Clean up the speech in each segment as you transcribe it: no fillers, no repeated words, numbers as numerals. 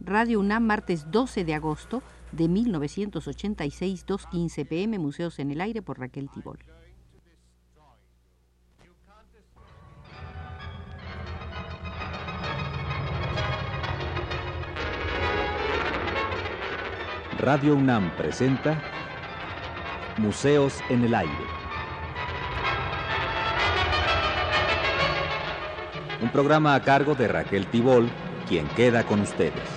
Radio UNAM, martes 12 de agosto de 1986, 2:15 p.m., Museos en el Aire, por Raquel Tibol. Radio UNAM presenta Museos en el Aire. Un programa a cargo de Raquel Tibol, quien queda con ustedes.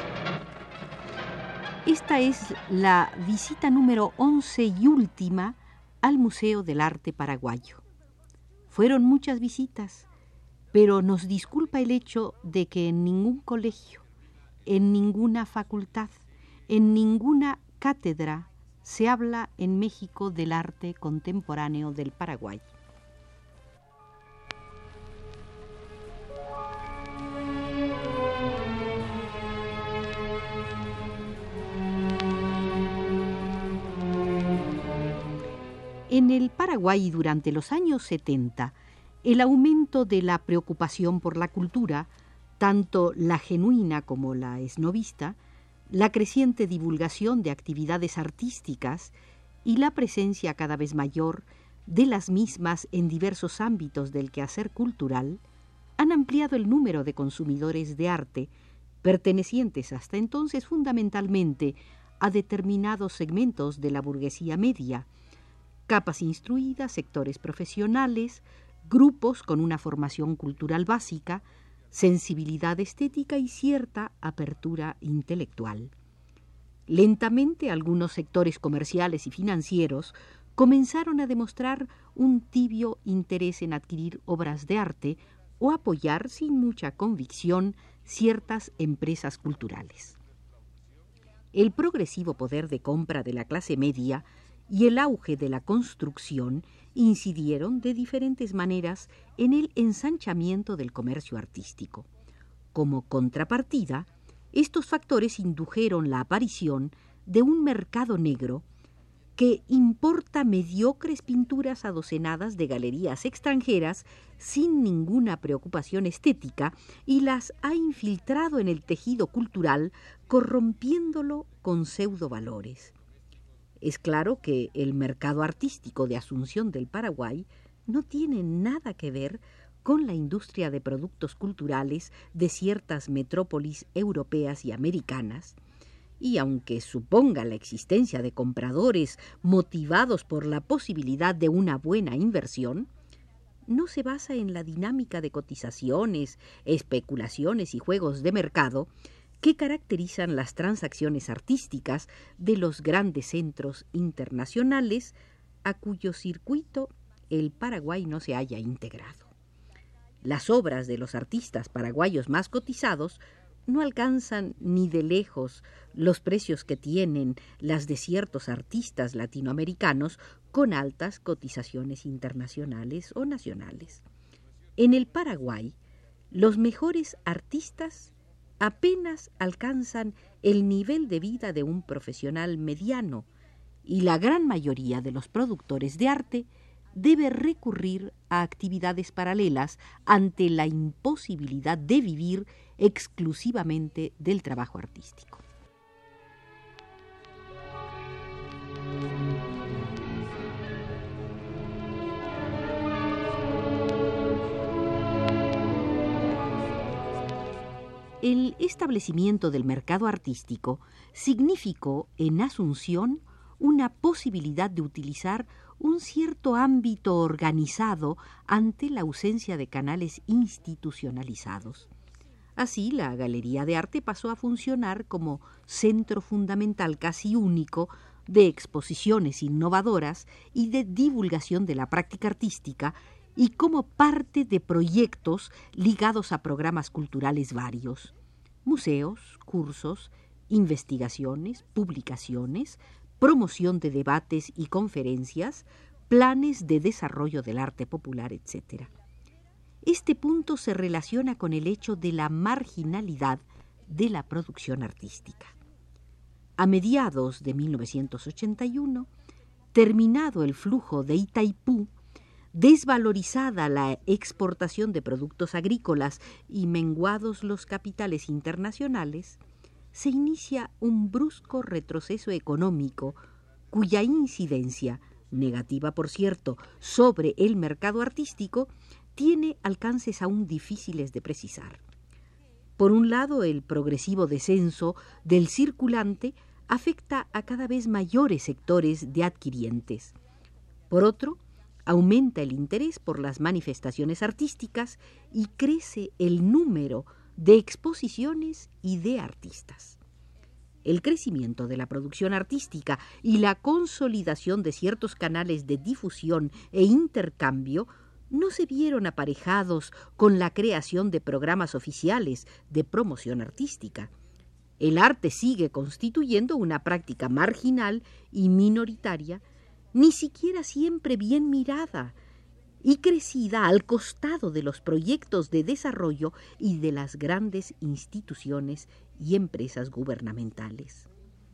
Esta es la visita número 11 y última al Museo del Arte Paraguayo. Fueron muchas visitas, pero nos disculpa el hecho de que en ningún colegio, en ninguna facultad, en ninguna cátedra se habla en México del arte contemporáneo del Paraguay. En el Paraguay, durante los años 70, el aumento de la preocupación por la cultura, tanto la genuina como la esnovista, la creciente divulgación de actividades artísticas y la presencia cada vez mayor de las mismas en diversos ámbitos del quehacer cultural han ampliado el número de consumidores de arte, pertenecientes hasta entonces fundamentalmente a determinados segmentos de la burguesía media, capas instruidas, sectores profesionales, grupos con una formación cultural básica, sensibilidad estética y cierta apertura intelectual. Lentamente, algunos sectores comerciales y financieros comenzaron a demostrar un tibio interés en adquirir obras de arte o apoyar sin mucha convicción ciertas empresas culturales. El progresivo poder de compra de la clase media y el auge de la construcción incidieron de diferentes maneras en el ensanchamiento del comercio artístico. Como contrapartida, estos factores indujeron la aparición de un mercado negro que importa mediocres pinturas adocenadas de galerías extranjeras sin ninguna preocupación estética y las ha infiltrado en el tejido cultural, corrompiéndolo con pseudovalores. Es claro que el mercado artístico de Asunción del Paraguay no tiene nada que ver con la industria de productos culturales de ciertas metrópolis europeas y americanas, y aunque suponga la existencia de compradores motivados por la posibilidad de una buena inversión, no se basa en la dinámica de cotizaciones, especulaciones y juegos de mercado que caracterizan las transacciones artísticas de los grandes centros internacionales a cuyo circuito el Paraguay no se haya integrado. Las obras de los artistas paraguayos más cotizados no alcanzan ni de lejos los precios que tienen las de ciertos artistas latinoamericanos con altas cotizaciones internacionales o nacionales. En el Paraguay, los mejores artistas apenas alcanzan el nivel de vida de un profesional mediano y la gran mayoría de los productores de arte debe recurrir a actividades paralelas ante la imposibilidad de vivir exclusivamente del trabajo artístico. El establecimiento del mercado artístico significó en Asunción una posibilidad de utilizar un cierto ámbito organizado ante la ausencia de canales institucionalizados. Así, la Galería de Arte pasó a funcionar como centro fundamental casi único de exposiciones innovadoras y de divulgación de la práctica artística y como parte de proyectos ligados a programas culturales varios, museos, cursos, investigaciones, publicaciones, promoción de debates y conferencias, planes de desarrollo del arte popular, etc. Este punto se relaciona con el hecho de la marginalidad de la producción artística. A mediados de 1981, terminado el flujo de Itaipú, desvalorizada la exportación de productos agrícolas y menguados los capitales internacionales, se inicia un brusco retroceso económico cuya incidencia, negativa por cierto, sobre el mercado artístico, tiene alcances aún difíciles de precisar. Por un lado, el progresivo descenso del circulante afecta a cada vez mayores sectores de adquirientes. Por otro, aumenta el interés por las manifestaciones artísticas y crece el número de exposiciones y de artistas. El crecimiento de la producción artística y la consolidación de ciertos canales de difusión e intercambio no se vieron aparejados con la creación de programas oficiales de promoción artística. El arte sigue constituyendo una práctica marginal y minoritaria, ni siquiera siempre bien mirada, y crecida al costado de los proyectos de desarrollo y de las grandes instituciones y empresas gubernamentales.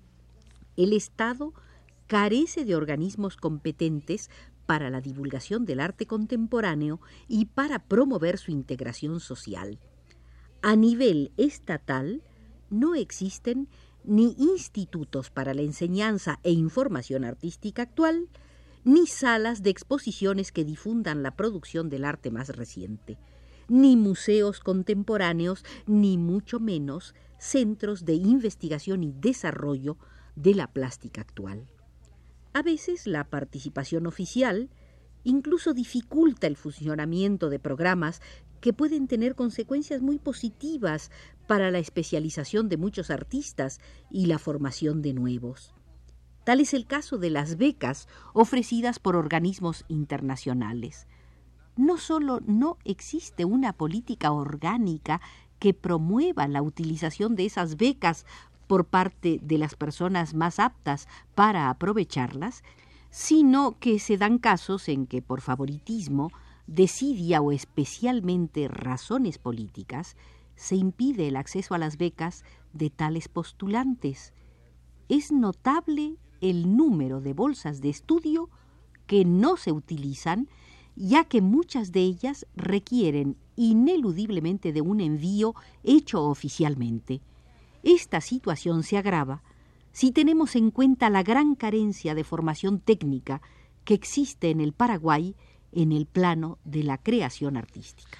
El Estado carece de organismos competentes para la divulgación del arte contemporáneo y para promover su integración social. A nivel estatal no existen ni institutos para la enseñanza e información artística actual, ni salas de exposiciones que difundan la producción del arte más reciente, ni museos contemporáneos, ni mucho menos centros de investigación y desarrollo de la plástica actual. A veces la participación oficial incluso dificulta el funcionamiento de programas que pueden tener consecuencias muy positivas para la especialización de muchos artistas y la formación de nuevos. Tal es el caso de las becas ofrecidas por organismos internacionales. No solo no existe una política orgánica que promueva la utilización de esas becas por parte de las personas más aptas para aprovecharlas, sino que se dan casos en que por favoritismo, desidia o especialmente razones políticas, se impide el acceso a las becas de tales postulantes. Es notable el número de bolsas de estudio que no se utilizan, ya que muchas de ellas requieren ineludiblemente de un envío hecho oficialmente. Esta situación se agrava si tenemos en cuenta la gran carencia de formación técnica que existe en el Paraguay en el plano de la creación artística.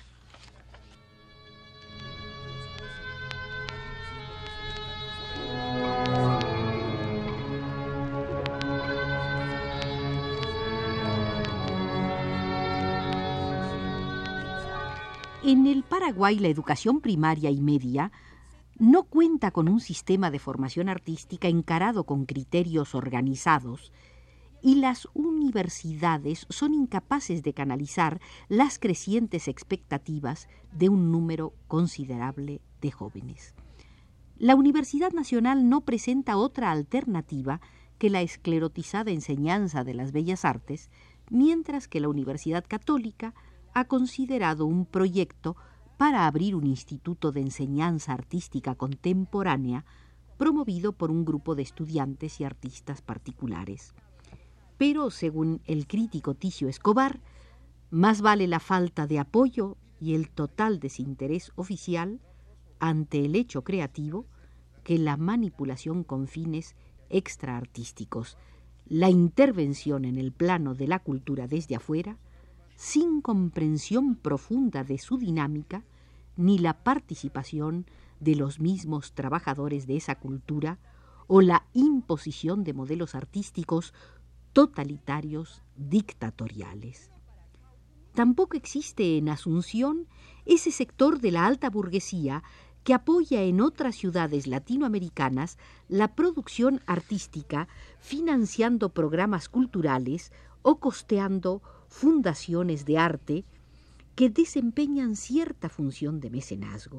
En el Paraguay la educación primaria y media no cuenta con un sistema de formación artística encarado con criterios organizados y las universidades son incapaces de canalizar las crecientes expectativas de un número considerable de jóvenes. La Universidad Nacional no presenta otra alternativa que la esclerotizada enseñanza de las bellas artes, mientras que la Universidad Católica ha considerado un proyecto para abrir un instituto de enseñanza artística contemporánea promovido por un grupo de estudiantes y artistas particulares. Pero, según el crítico Ticio Escobar, más vale la falta de apoyo y el total desinterés oficial ante el hecho creativo que la manipulación con fines extraartísticos, la intervención en el plano de la cultura desde afuera, sin comprensión profunda de su dinámica, ni la participación de los mismos trabajadores de esa cultura, o la imposición de modelos artísticos totalitarios, dictatoriales. Tampoco existe en Asunción ese sector de la alta burguesía que apoya en otras ciudades latinoamericanas la producción artística, financiando programas culturales o costeando fundaciones de arte que desempeñan cierta función de mecenazgo.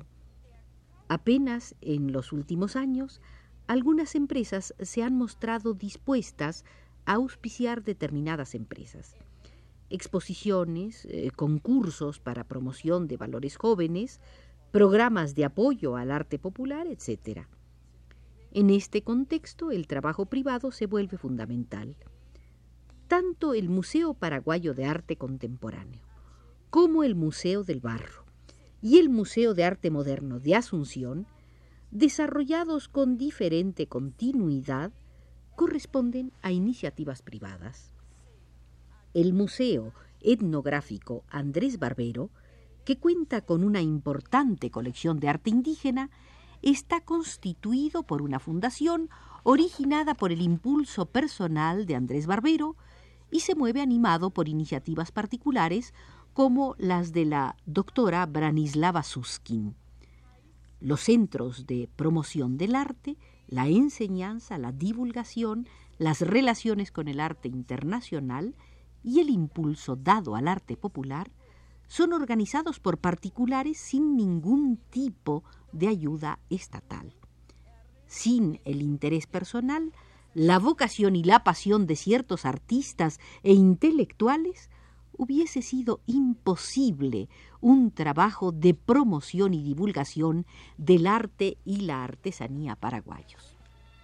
Apenas en los últimos años, algunas empresas se han mostrado dispuestas a auspiciar determinadas empresas. Exposiciones, concursos para promoción de valores jóvenes, programas de apoyo al arte popular, etc. En este contexto, el trabajo privado se vuelve fundamental. Tanto el Museo Paraguayo de Arte Contemporáneo como el Museo del Barro y el Museo de Arte Moderno de Asunción desarrollados con diferente continuidad, corresponden a iniciativas privadas. El Museo Etnográfico Andrés Barbero, que cuenta con una importante colección de arte indígena, está constituido por una fundación originada por el impulso personal de Andrés Barbero y se mueve animado por iniciativas particulares como las de la doctora Branislava Suskin. Los centros de promoción del arte, la enseñanza, la divulgación, las relaciones con el arte internacional y el impulso dado al arte popular son organizados por particulares sin ningún tipo de ayuda estatal. Sin el interés personal, la vocación y la pasión de ciertos artistas e intelectuales, hubiese sido imposible un trabajo de promoción y divulgación del arte y la artesanía paraguayos.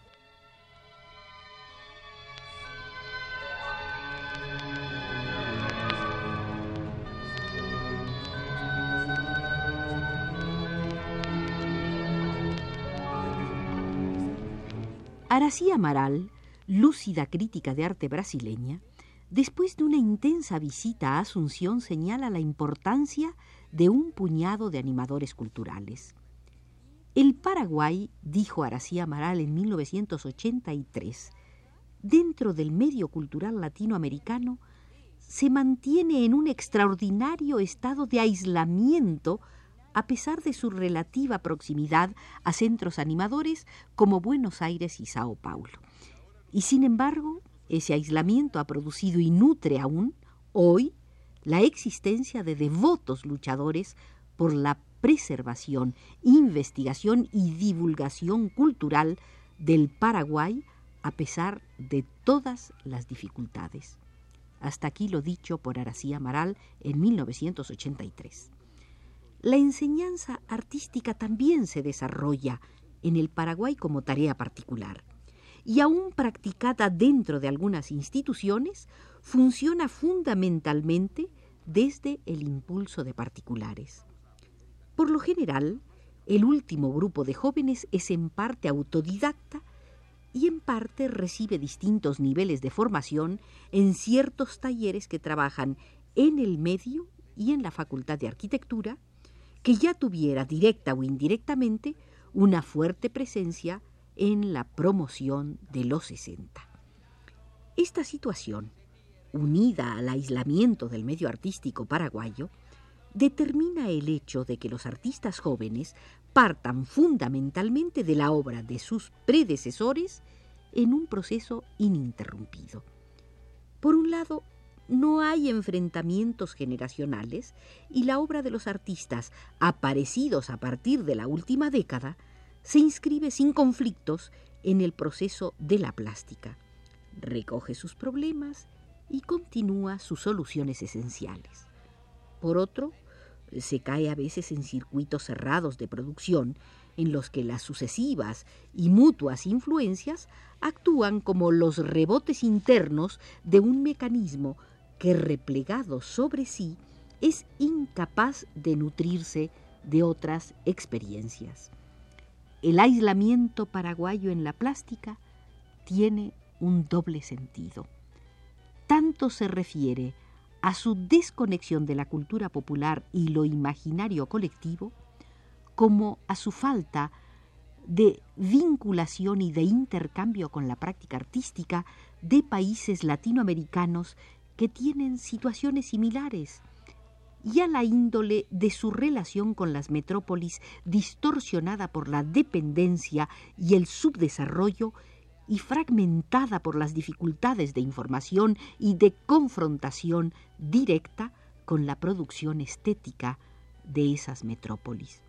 Aracy Amaral, lúcida crítica de arte brasileña, después de una intensa visita a Asunción, señala la importancia de un puñado de animadores culturales. El Paraguay, dijo Aracy Amaral en 1983, dentro del medio cultural latinoamericano, se mantiene en un extraordinario estado de aislamiento a pesar de su relativa proximidad a centros animadores como Buenos Aires y Sao Paulo. Y sin embargo, ese aislamiento ha producido y nutre aún, hoy, la existencia de devotos luchadores por la preservación, investigación y divulgación cultural del Paraguay a pesar de todas las dificultades. Hasta aquí lo dicho por Aracy Amaral en 1983. La enseñanza artística también se desarrolla en el Paraguay como tarea particular y aún practicada dentro de algunas instituciones, funciona fundamentalmente desde el impulso de particulares. Por lo general, el último grupo de jóvenes es en parte autodidacta y en parte recibe distintos niveles de formación en ciertos talleres que trabajan en el medio y en la Facultad de Arquitectura, que ya tuviera directa o indirectamente una fuerte presencia en la promoción de los 60. Esta situación, unida al aislamiento del medio artístico paraguayo, determina el hecho de que los artistas jóvenes partan fundamentalmente de la obra de sus predecesores en un proceso ininterrumpido. Por un lado, no hay enfrentamientos generacionales y la obra de los artistas aparecidos a partir de la última década se inscribe sin conflictos en el proceso de la plástica. Recoge sus problemas y continúa sus soluciones esenciales. Por otro, se cae a veces en circuitos cerrados de producción en los que las sucesivas y mutuas influencias actúan como los rebotes internos de un mecanismo que, replegado sobre sí, es incapaz de nutrirse de otras experiencias. El aislamiento paraguayo en la plástica tiene un doble sentido. Tanto se refiere a su desconexión de la cultura popular y lo imaginario colectivo, como a su falta de vinculación y de intercambio con la práctica artística de países latinoamericanos que tienen situaciones similares, y a la índole de su relación con las metrópolis distorsionada por la dependencia y el subdesarrollo y fragmentada por las dificultades de información y de confrontación directa con la producción estética de esas metrópolis.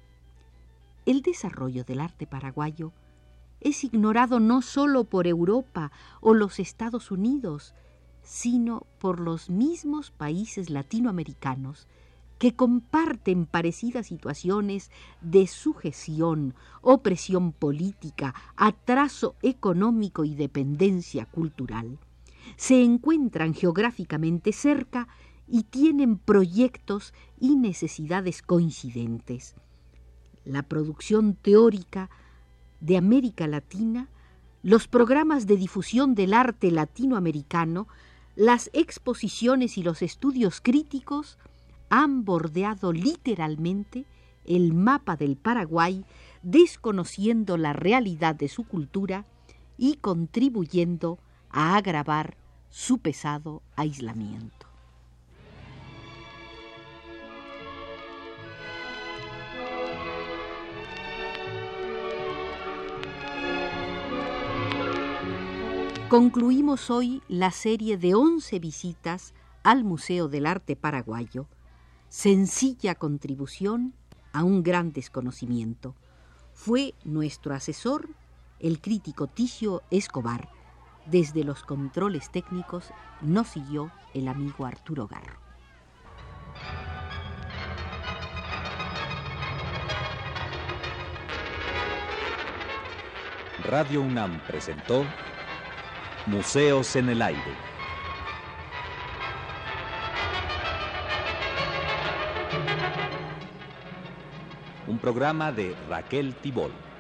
El desarrollo del arte paraguayo es ignorado no solo por Europa o los Estados Unidos, sino por los mismos países latinoamericanos que comparten parecidas situaciones de sujeción, opresión política, atraso económico y dependencia cultural. Se encuentran geográficamente cerca y tienen proyectos y necesidades coincidentes. La producción teórica de América Latina, los programas de difusión del arte latinoamericano, las exposiciones y los estudios críticos han bordeado literalmente el mapa del Paraguay, desconociendo la realidad de su cultura y contribuyendo a agravar su pesado aislamiento. Concluimos hoy la serie de 11 visitas al Museo del Arte Paraguayo, sencilla contribución a un gran desconocimiento. Fue nuestro asesor, el crítico Ticio Escobar. Desde los controles técnicos nos siguió el amigo Arturo Garro. Radio UNAM presentó Museos en el Aire. Un programa de Raquel Tibol.